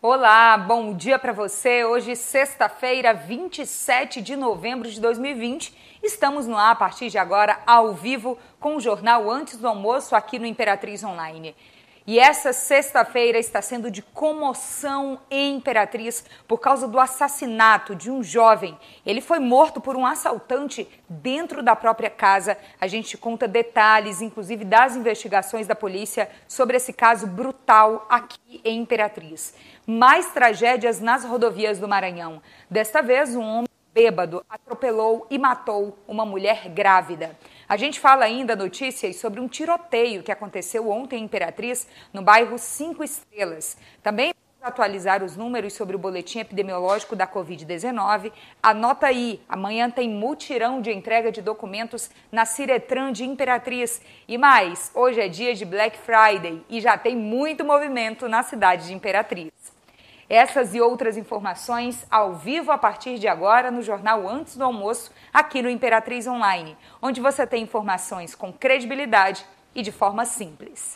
Olá, bom dia para você. Hoje, sexta-feira, 27 de novembro de 2020. Estamos no ar a partir de agora, ao vivo, com o jornal Antes do Almoço aqui no Imperatriz Online. E essa sexta-feira está sendo de comoção em Imperatriz por causa do assassinato de um jovem. Ele foi morto por um assaltante dentro da própria casa. A gente conta detalhes, inclusive das investigações da polícia sobre esse caso brutal aqui em Imperatriz. Mais tragédias nas rodovias do Maranhão. Desta vez, um homem bêbado atropelou e matou uma mulher grávida. A gente fala ainda notícias sobre um tiroteio que aconteceu ontem em Imperatriz, no bairro 5 Estrelas. Também vamos atualizar os números sobre o boletim epidemiológico da Covid-19. Anota aí, amanhã tem mutirão de entrega de documentos na Ciretran de Imperatriz. E mais, hoje é dia de Black Friday e já tem muito movimento na cidade de Imperatriz. Essas e outras informações ao vivo a partir de agora no jornal Antes do Almoço, aqui no Imperatriz Online, onde você tem informações com credibilidade e de forma simples.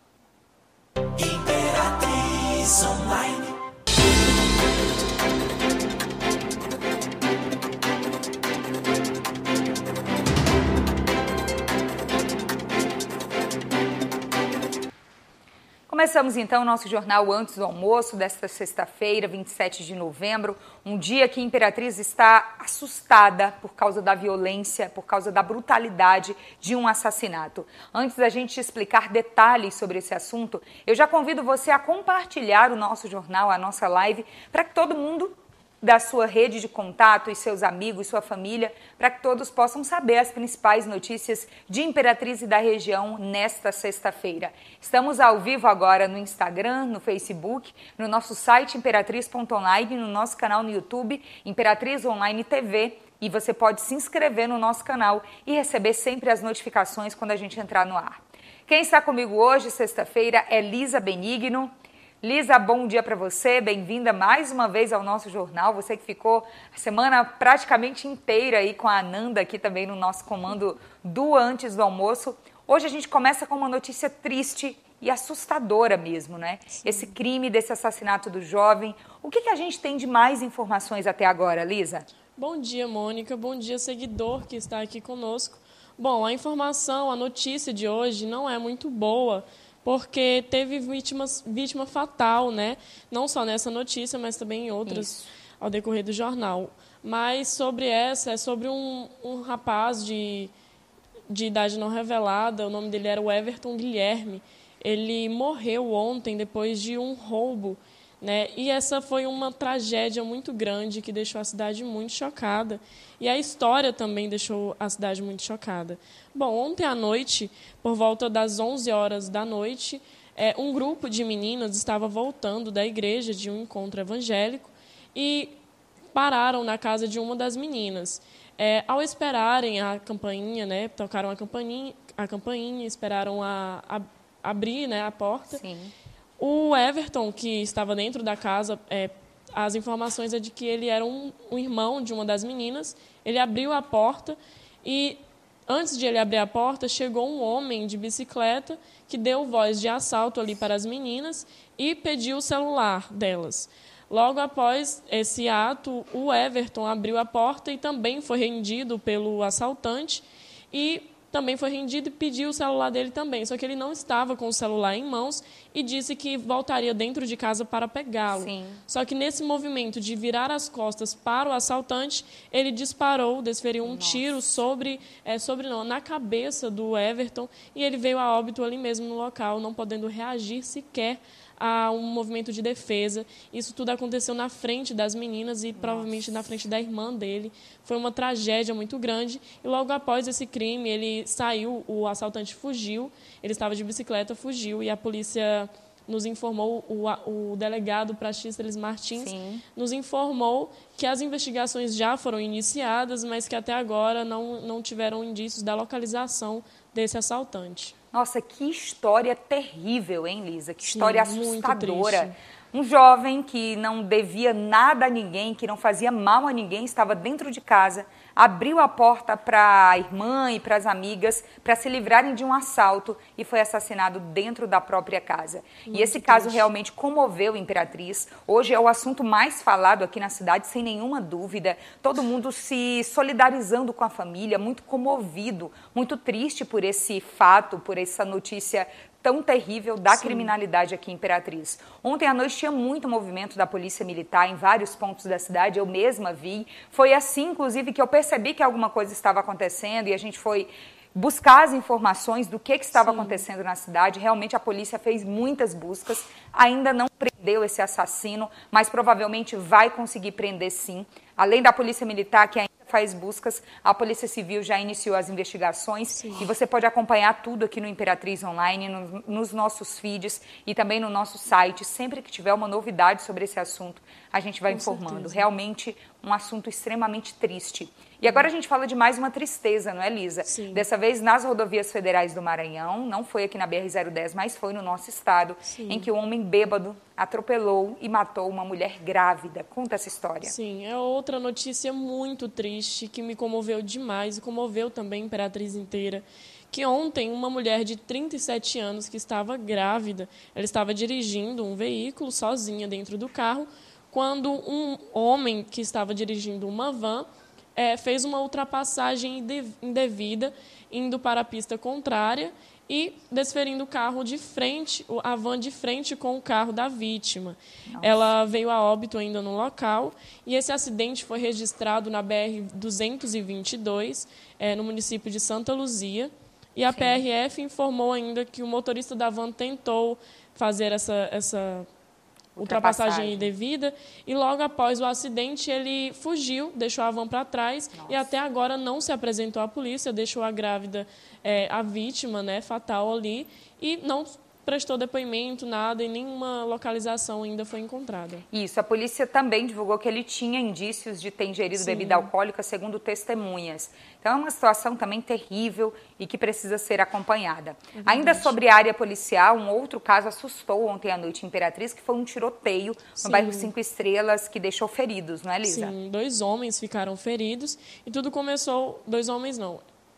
Imperatriz Online. Começamos então o nosso jornal Antes do Almoço desta sexta-feira, 27 de novembro, um dia que a Imperatriz está assustada por causa da violência, por causa da brutalidade de um assassinato. Antes da gente explicar detalhes sobre esse assunto, eu já convido você a compartilhar o nosso jornal, a nossa live, para que todo mundo da sua rede de contato e seus amigos, sua família, para que todos possam saber as principais notícias de Imperatriz e da região nesta sexta-feira. Estamos ao vivo agora no Instagram, no Facebook, no nosso site imperatriz.online, no nosso canal no YouTube, Imperatriz Online TV, e você pode se inscrever no nosso canal e receber sempre as notificações quando a gente entrar no ar. Quem está comigo hoje, sexta-feira, é Lisa Benigno. Lisa, bom dia para você, bem-vinda mais uma vez ao nosso jornal, você que ficou a semana praticamente inteira aí com a Ananda aqui também no nosso comando do Antes do Almoço. Hoje a gente começa com uma notícia triste e assustadora mesmo, né? Sim. Esse crime desse assassinato do jovem. O que a gente tem de mais informações até agora, Lisa? Bom dia, Mônica, bom dia, seguidor que está aqui conosco. Bom, a informação, a notícia de hoje não é muito boa, porque teve vítima fatal, né? Não só nessa notícia, mas também em outras ao decorrer do jornal. Mas sobre essa, é sobre um rapaz de idade não revelada, o nome dele era o Everton Guilherme. Ele morreu ontem depois de um roubo, né? E essa foi uma tragédia muito grande que deixou a cidade muito chocada. E a história também deixou a cidade muito chocada. Bom, ontem à noite, por volta das 11 horas da noite, um grupo de meninas estava voltando da igreja de um encontro evangélico e pararam na casa de uma das meninas. Ao esperarem a campainha, né, tocaram a campainha, esperaram abrir, né, a porta. Sim. O Everton, que estava dentro da casa, as informações é de que ele era um irmão de uma das meninas. Ele abriu a porta e, antes de ele abrir a porta, chegou um homem de bicicleta que deu voz de assalto ali para as meninas e pediu o celular delas. Logo após esse ato, o Everton abriu a porta e também foi rendido pelo assaltante e também foi rendido e pediu o celular dele também. Só que ele não estava com o celular em mãos e disse que voltaria dentro de casa para pegá-lo. Só que nesse movimento de virar as costas para o assaltante, ele desferiu um tiro na cabeça do Everton e ele veio a óbito ali mesmo no local, não podendo reagir sequer a um movimento de defesa. Isso tudo aconteceu na frente das meninas e provavelmente na frente da irmã dele. Foi uma tragédia muito grande e logo após esse crime ele saiu, o assaltante fugiu, ele estava de bicicleta, fugiu e a polícia nos informou, o delegado Praxíteles Martins nos informou que as investigações já foram iniciadas, mas que até agora não tiveram indícios da localização desse assaltante. Nossa, que história terrível, hein, Lisa? Que história assustadora. Um jovem que não devia nada a ninguém, que não fazia mal a ninguém, estava dentro de casa, abriu a porta para a irmã e para as amigas para se livrarem de um assalto e foi assassinado dentro da própria casa. E esse caso realmente comoveu Imperatriz. Hoje é o assunto mais falado aqui na cidade, sem nenhuma dúvida. Todo mundo se solidarizando com a família, muito comovido, muito triste por esse fato, por essa notícia tão terrível da criminalidade aqui em Imperatriz. Ontem à noite tinha muito movimento da Polícia Militar em vários pontos da cidade, eu mesma vi. Foi assim, inclusive, que eu percebi que alguma coisa estava acontecendo e a gente foi buscar as informações do que estava acontecendo na cidade. Realmente a polícia fez muitas buscas, ainda não prendeu esse assassino, mas provavelmente vai conseguir prender sim. Além da Polícia Militar, que ainda faz buscas, a Polícia Civil já iniciou as investigações e você pode acompanhar tudo aqui no Imperatriz Online, nos nossos feeds e também no nosso site. Sempre que tiver uma novidade sobre esse assunto, a gente vai informando. Certeza. Realmente um assunto extremamente triste. E agora a gente fala de mais uma tristeza, não é, Lisa? Sim. Dessa vez nas rodovias federais do Maranhão, não foi aqui na BR-010, mas foi no nosso estado, em que um homem bêbado atropelou e matou uma mulher grávida. Conta essa história. Sim, é outra notícia muito triste que me comoveu demais e comoveu também a Imperatriz inteira. Que ontem uma mulher de 37 anos que estava grávida, ela estava dirigindo um veículo sozinha dentro do carro, quando um homem que estava dirigindo uma van fez uma ultrapassagem indevida, indo para a pista contrária e desferindo o carro de frente, a van de frente com o carro da vítima. Nossa. Ela veio a óbito ainda no local e esse acidente foi registrado na BR-222, no município de Santa Luzia. E a PRF informou ainda que o motorista da van tentou fazer essa ultrapassagem indevida e logo após o acidente ele fugiu, deixou a van para trás. Nossa. E até agora não se apresentou à polícia, deixou a grávida, a vítima, né, fatal ali e não prestou depoimento, nada, e nenhuma localização ainda foi encontrada. Isso, a polícia também divulgou que ele tinha indícios de ter ingerido bebida alcoólica, segundo testemunhas. Então é uma situação também terrível e que precisa ser acompanhada. Ainda sobre a área policial, um outro caso assustou ontem à noite em Imperatriz, que foi um tiroteio no bairro 5 Estrelas, que deixou feridos, não é, Lisa? Sim, 2 homens ficaram feridos e tudo começou... 2 homens não...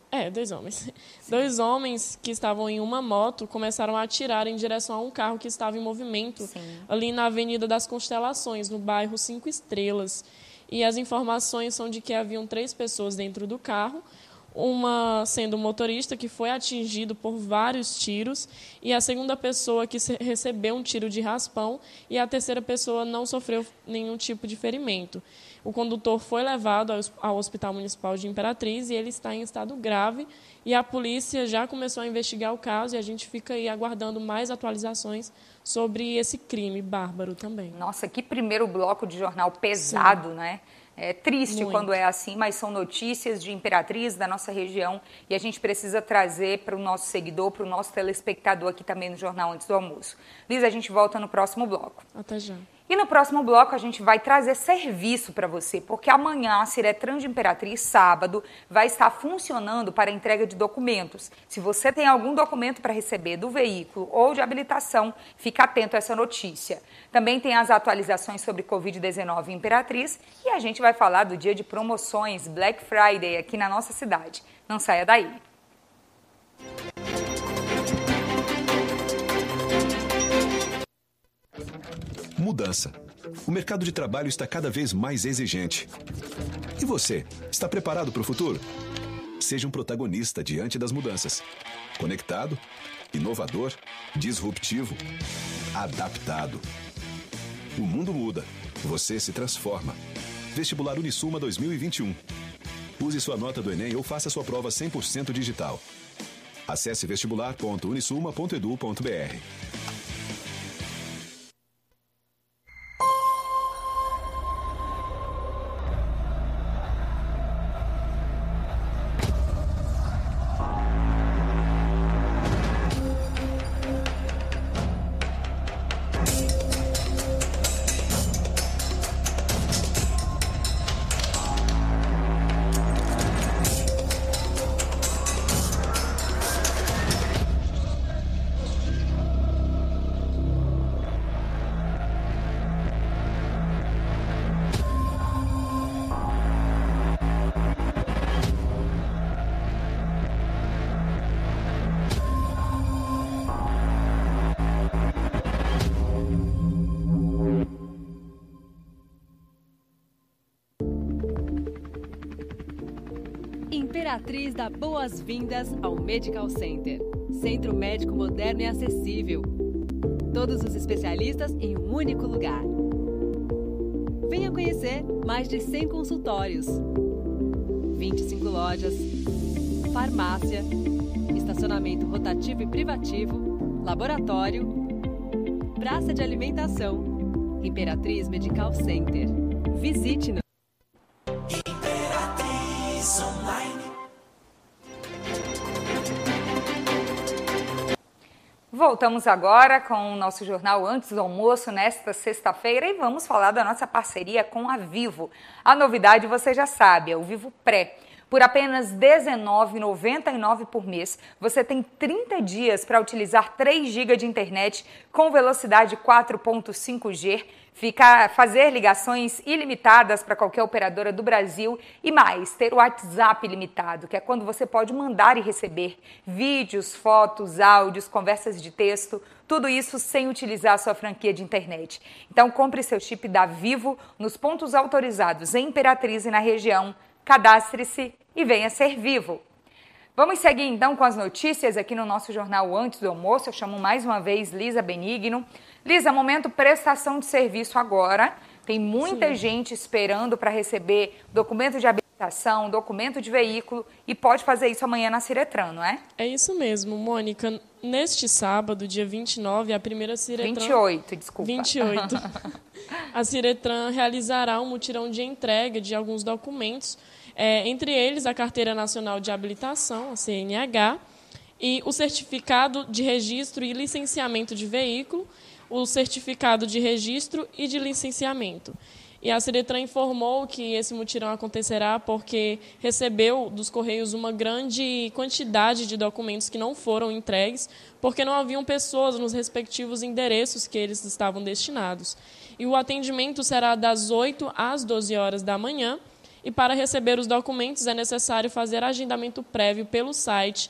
2 homens. Sim. 2 homens que estavam em uma moto começaram a atirar em direção a um carro que estava em movimento ali na Avenida das Constelações, no bairro 5 Estrelas. E as informações são de que haviam 3 pessoas dentro do carro, uma sendo o motorista, que foi atingido por vários tiros, e a segunda pessoa que recebeu um tiro de raspão, e a terceira pessoa não sofreu nenhum tipo de ferimento. O condutor foi levado ao Hospital Municipal de Imperatriz e ele está em estado grave e a polícia já começou a investigar o caso e a gente fica aí aguardando mais atualizações sobre esse crime bárbaro também. Nossa, que primeiro bloco de jornal pesado, né? É triste quando é assim, mas são notícias de Imperatriz, da nossa região, e a gente precisa trazer para o nosso seguidor, para o nosso telespectador aqui também no Jornal Antes do Almoço. Lisa, a gente volta no próximo bloco. Até já. E no próximo bloco a gente vai trazer serviço para você, porque amanhã a Ciretran de Imperatriz, sábado, vai estar funcionando para entrega de documentos. Se você tem algum documento para receber do veículo ou de habilitação, fica atento a essa notícia. Também tem as atualizações sobre Covid-19 em Imperatriz e a gente vai falar do dia de promoções Black Friday aqui na nossa cidade. Não saia daí. Mudança. O mercado de trabalho está cada vez mais exigente. E você, está preparado para o futuro? Seja um protagonista diante das mudanças. Conectado, inovador, disruptivo, adaptado. O mundo muda, você se transforma. Vestibular Unisuma 2021. Use sua nota do Enem ou faça sua prova 100% digital. Acesse vestibular.unisuma.edu.br. Imperatriz dá boas-vindas ao Medical Center. Centro médico moderno e acessível. Todos os especialistas em um único lugar. Venha conhecer mais de 100 consultórios, 25 lojas, farmácia, estacionamento rotativo e privativo, laboratório, praça de alimentação. Imperatriz Medical Center. Visite-nos. Imperatriz Online. Voltamos agora com o nosso jornal Antes do Almoço, nesta sexta-feira, e vamos falar da nossa parceria com a Vivo. A novidade você já sabe, é o Vivo Pré. Por apenas R$ 19,99 por mês, você tem 30 dias para utilizar 3 GB de internet com velocidade 4.5G, fazer ligações ilimitadas para qualquer operadora do Brasil e mais, ter o WhatsApp ilimitado, que é quando você pode mandar e receber vídeos, fotos, áudios, conversas de texto, tudo isso sem utilizar a sua franquia de internet. Então compre seu chip da Vivo nos pontos autorizados em Imperatriz e na região. Cadastre-se e venha ser Vivo. Vamos seguir então com as notícias aqui no nosso jornal Antes do Almoço. Eu chamo mais uma vez Lisa Benigno. Lisa, momento prestação de serviço agora. Tem muita gente esperando para receber documento de habilitação, documento de veículo e pode fazer isso amanhã na Ciretran, não é? É isso mesmo, Mônica. Neste sábado, dia 29, a primeira Ciretran... 28, desculpa. 28. A Ciretran realizará um mutirão de entrega de alguns documentos, entre eles a Carteira Nacional de Habilitação, a CNH, e o Certificado de Registro e Licenciamento de Veículo, o Certificado de Registro e de Licenciamento. E a Ciretran informou que esse mutirão acontecerá porque recebeu dos Correios uma grande quantidade de documentos que não foram entregues, porque não haviam pessoas nos respectivos endereços que eles estavam destinados. E o atendimento será das 8 às 12 horas da manhã, e para receber os documentos é necessário fazer agendamento prévio pelo site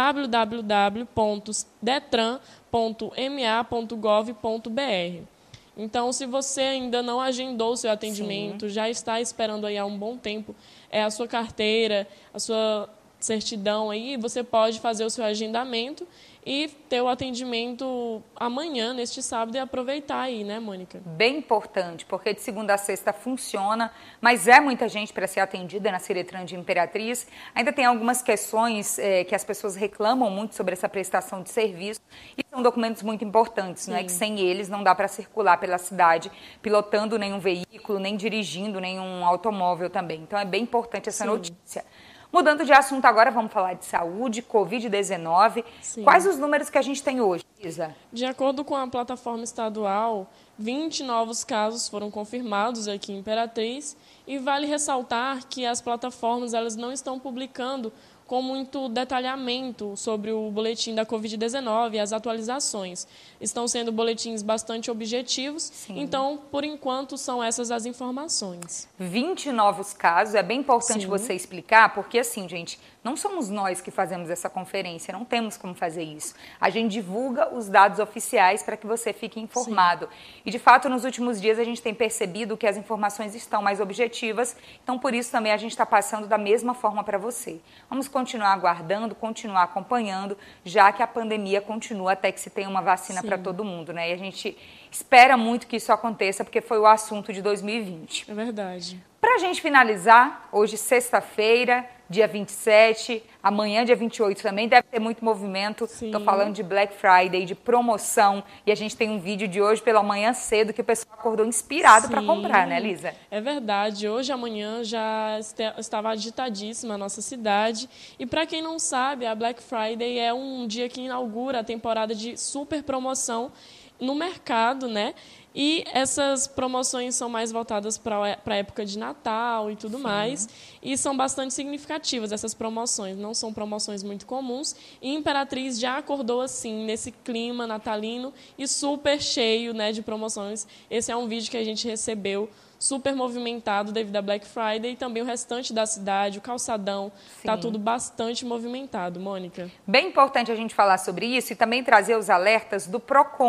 www.detran.ma.gov.br. Então, se você ainda não agendou o seu atendimento, já está esperando aí há um bom tempo a sua carteira, a sua certidão aí, você pode fazer o seu agendamento e ter o atendimento amanhã, neste sábado, e aproveitar aí, né, Mônica? Bem importante, porque de segunda a sexta funciona, mas é muita gente para ser atendida na Ciretran de Imperatriz. Ainda tem algumas questões que as pessoas reclamam muito sobre essa prestação de serviço e são documentos muito importantes, não é? Que sem eles não dá para circular pela cidade, pilotando nenhum veículo, nem dirigindo nenhum automóvel também. Então é bem importante essa notícia. Mudando de assunto agora, vamos falar de saúde, Covid-19. Quais os números que a gente tem hoje, Isa? De acordo com a plataforma estadual, 20 novos casos foram confirmados aqui em Imperatriz e vale ressaltar que as plataformas elas não estão publicando com muito detalhamento sobre o boletim da Covid-19 e as atualizações. Estão sendo boletins bastante objetivos, então, por enquanto, são essas as informações. 20 novos casos, é bem importante você explicar, porque assim, gente, não somos nós que fazemos essa conferência, não temos como fazer isso. A gente divulga os dados oficiais para que você fique informado. E, de fato, nos últimos dias a gente tem percebido que as informações estão mais objetivas, então, por isso também a gente está passando da mesma forma para você. Vamos continuar aguardando, continuar acompanhando, já que a pandemia continua até que se tenha uma vacina para todo mundo, né? E a gente espera muito que isso aconteça, porque foi o assunto de 2020. É verdade. Para a gente finalizar, hoje sexta-feira, dia 27, amanhã dia 28 também deve ter muito movimento. Estou falando de Black Friday, de promoção, e a gente tem um vídeo de hoje pela manhã cedo que o pessoal acordou inspirado para comprar, né, Lisa? É verdade, hoje amanhã já estava agitadíssima a nossa cidade, e para quem não sabe, a Black Friday é um dia que inaugura a temporada de super promoção no mercado, né? E essas promoções são mais voltadas para a época de Natal e tudo mais. E são bastante significativas essas promoções. Não são promoções muito comuns. E Imperatriz já acordou assim, nesse clima natalino e super cheio, né, de promoções. Esse é um vídeo que a gente recebeu super movimentado devido à Black Friday e também o restante da cidade, o calçadão, está tudo bastante movimentado, Mônica. Bem importante a gente falar sobre isso e também trazer os alertas do PROCON.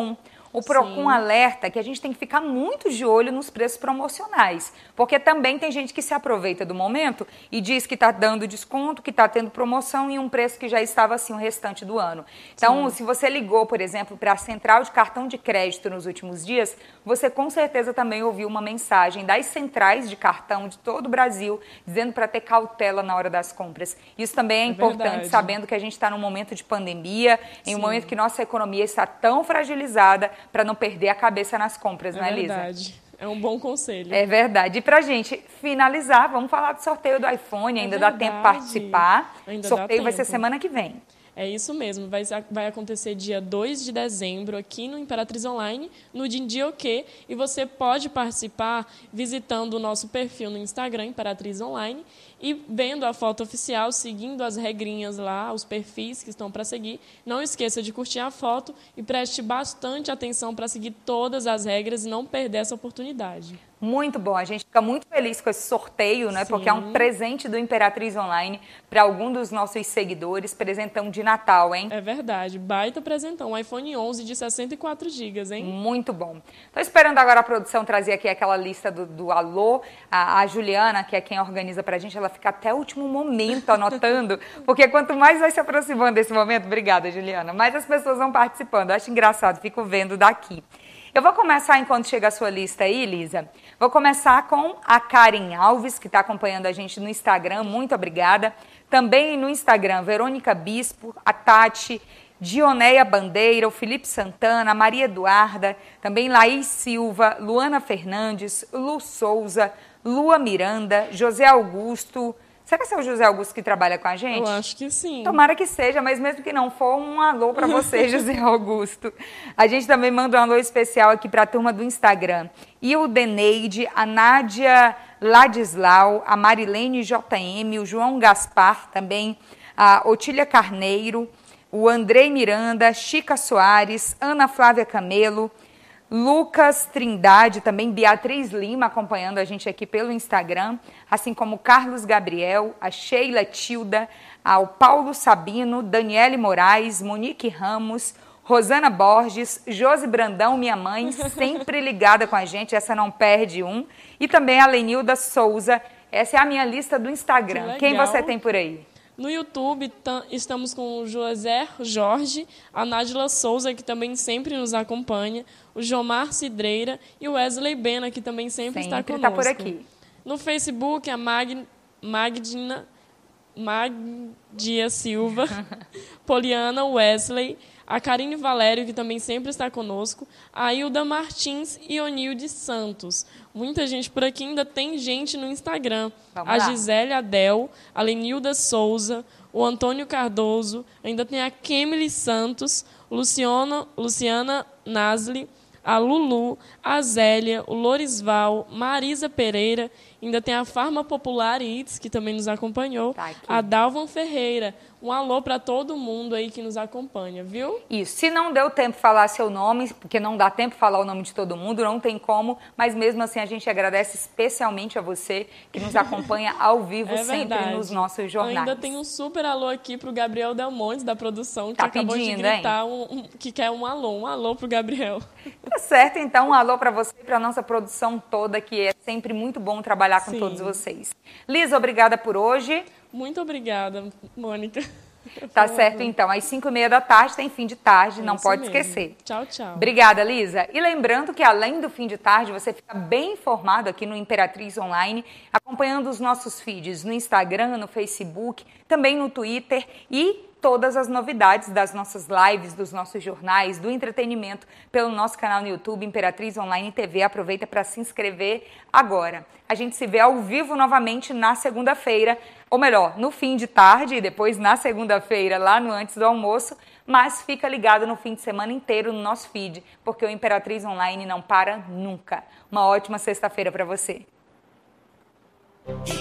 O Procon alerta que a gente tem que ficar muito de olho nos preços promocionais, porque também tem gente que se aproveita do momento e diz que está dando desconto, que está tendo promoção em um preço que já estava assim o restante do ano. Então, se você ligou, por exemplo, para a central de cartão de crédito nos últimos dias, você com certeza também ouviu uma mensagem das centrais de cartão de todo o Brasil, dizendo para ter cautela na hora das compras. Isso também é importante, verdade. sabendo que a gente está num momento de pandemia, em um momento que nossa economia está tão fragilizada, para não perder a cabeça nas compras, não é, Lisa? É verdade. É um bom conselho. É verdade. E pra gente finalizar, vamos falar do sorteio do iPhone. Ainda dá tempo de participar. O sorteio vai ser semana que vem. É isso mesmo, vai acontecer dia 2 de dezembro aqui no Imperatriz Online, no Dindioquê, e você pode participar visitando o nosso perfil no Instagram, Imperatriz Online, e vendo a foto oficial, seguindo as regrinhas lá, os perfis que estão para seguir. Não esqueça de curtir a foto e preste bastante atenção para seguir todas as regras e não perder essa oportunidade. Muito bom, a gente fica muito feliz com esse sorteio, né? Porque é um presente do Imperatriz Online para algum dos nossos seguidores, presentão de Natal, hein? É verdade, baita presentão, um iPhone 11 de 64 GB, hein? Muito bom. Estou esperando agora a produção trazer aqui aquela lista do alô. A Juliana, que é quem organiza pra gente, ela fica até o último momento anotando, porque quanto mais vai se aproximando desse momento, obrigada, Juliana, mais as pessoas vão participando. Eu acho engraçado, fico vendo daqui. Eu vou começar, enquanto chega a sua lista aí, Lisa, vou começar com a Karen Alves, que está acompanhando a gente no Instagram, muito obrigada. Também no Instagram, Verônica Bispo, a Tati, Dioneia Bandeira, o Felipe Santana, a Maria Eduarda, também Laís Silva, Luana Fernandes, Lu Souza, Lua Miranda, José Augusto. Será que é o José Augusto que trabalha com a gente? Eu acho que sim. Tomara que seja, mas mesmo que não for, um alô para você, José Augusto. A gente também manda um alô especial aqui para a turma do Instagram. E o Deneide, a Nádia Ladislau, a Marilene JM, o João Gaspar também, a Otília Carneiro, o Andrei Miranda, Chica Soares, Ana Flávia Camelo, Lucas Trindade, também Beatriz Lima acompanhando a gente aqui pelo Instagram, assim como Carlos Gabriel, a Sheila Tilda, ao Paulo Sabino, Daniele Moraes, Monique Ramos, Rosana Borges, Josi Brandão, minha mãe, sempre ligada com a gente, essa não perde um, e também a Lenilda Souza. Essa é a minha lista do Instagram. Quem você tem por aí? No YouTube, estamos com o José Jorge, a Nádila Souza, que também sempre nos acompanha, o Jomar Cidreira e o Wesley Bena, que também sempre está conosco. Está por aqui. No Facebook, a Magdia Silva, Poliana Wesley, a Karine Valério, que também sempre está conosco, a Hilda Martins e Onilde Santos. Muita gente por aqui, ainda tem gente no Instagram. Vamos a lá. Gisele Adel, a Lenilda Souza, o Antônio Cardoso, ainda tem a Kemily Santos, Luciana Nasli, a Lulu, a Zélia, o Lorisval, Marisa Pereira, ainda tem a Farma Popular Eats, que também nos acompanhou, a Dalvan Ferreira. Um alô para todo mundo aí que nos acompanha, viu? Isso. Se não deu tempo de falar seu nome, porque não dá tempo de falar o nome de todo mundo, não tem como, mas mesmo assim a gente agradece especialmente a você que nos acompanha ao vivo sempre nos nossos jornais. Ainda tem um super alô aqui pro Gabriel Del Monte, da produção, que acabou de gritar que quer um alô pro Gabriel. Tá certo, então um alô para você e para nossa produção toda, que é sempre muito bom trabalhar com todos vocês. Lisa, obrigada por hoje. Muito obrigada, Mônica. Tá certo, então. Às 5h30 da tarde tem fim de tarde, não pode esquecer. Tchau, tchau. Obrigada, Lisa. E lembrando que além do fim de tarde, você fica bem informado aqui no Imperatriz Online, acompanhando os nossos feeds no Instagram, no Facebook, também no Twitter e todas as novidades das nossas lives, dos nossos jornais, do entretenimento pelo nosso canal no YouTube, Imperatriz Online TV. Aproveita para se inscrever agora. A gente se vê ao vivo novamente na segunda-feira, ou melhor, no fim de tarde e depois na segunda-feira, lá no Antes do Almoço, mas fica ligado no fim de semana inteiro no nosso feed, porque o Imperatriz Online não para nunca. Uma ótima sexta-feira para você.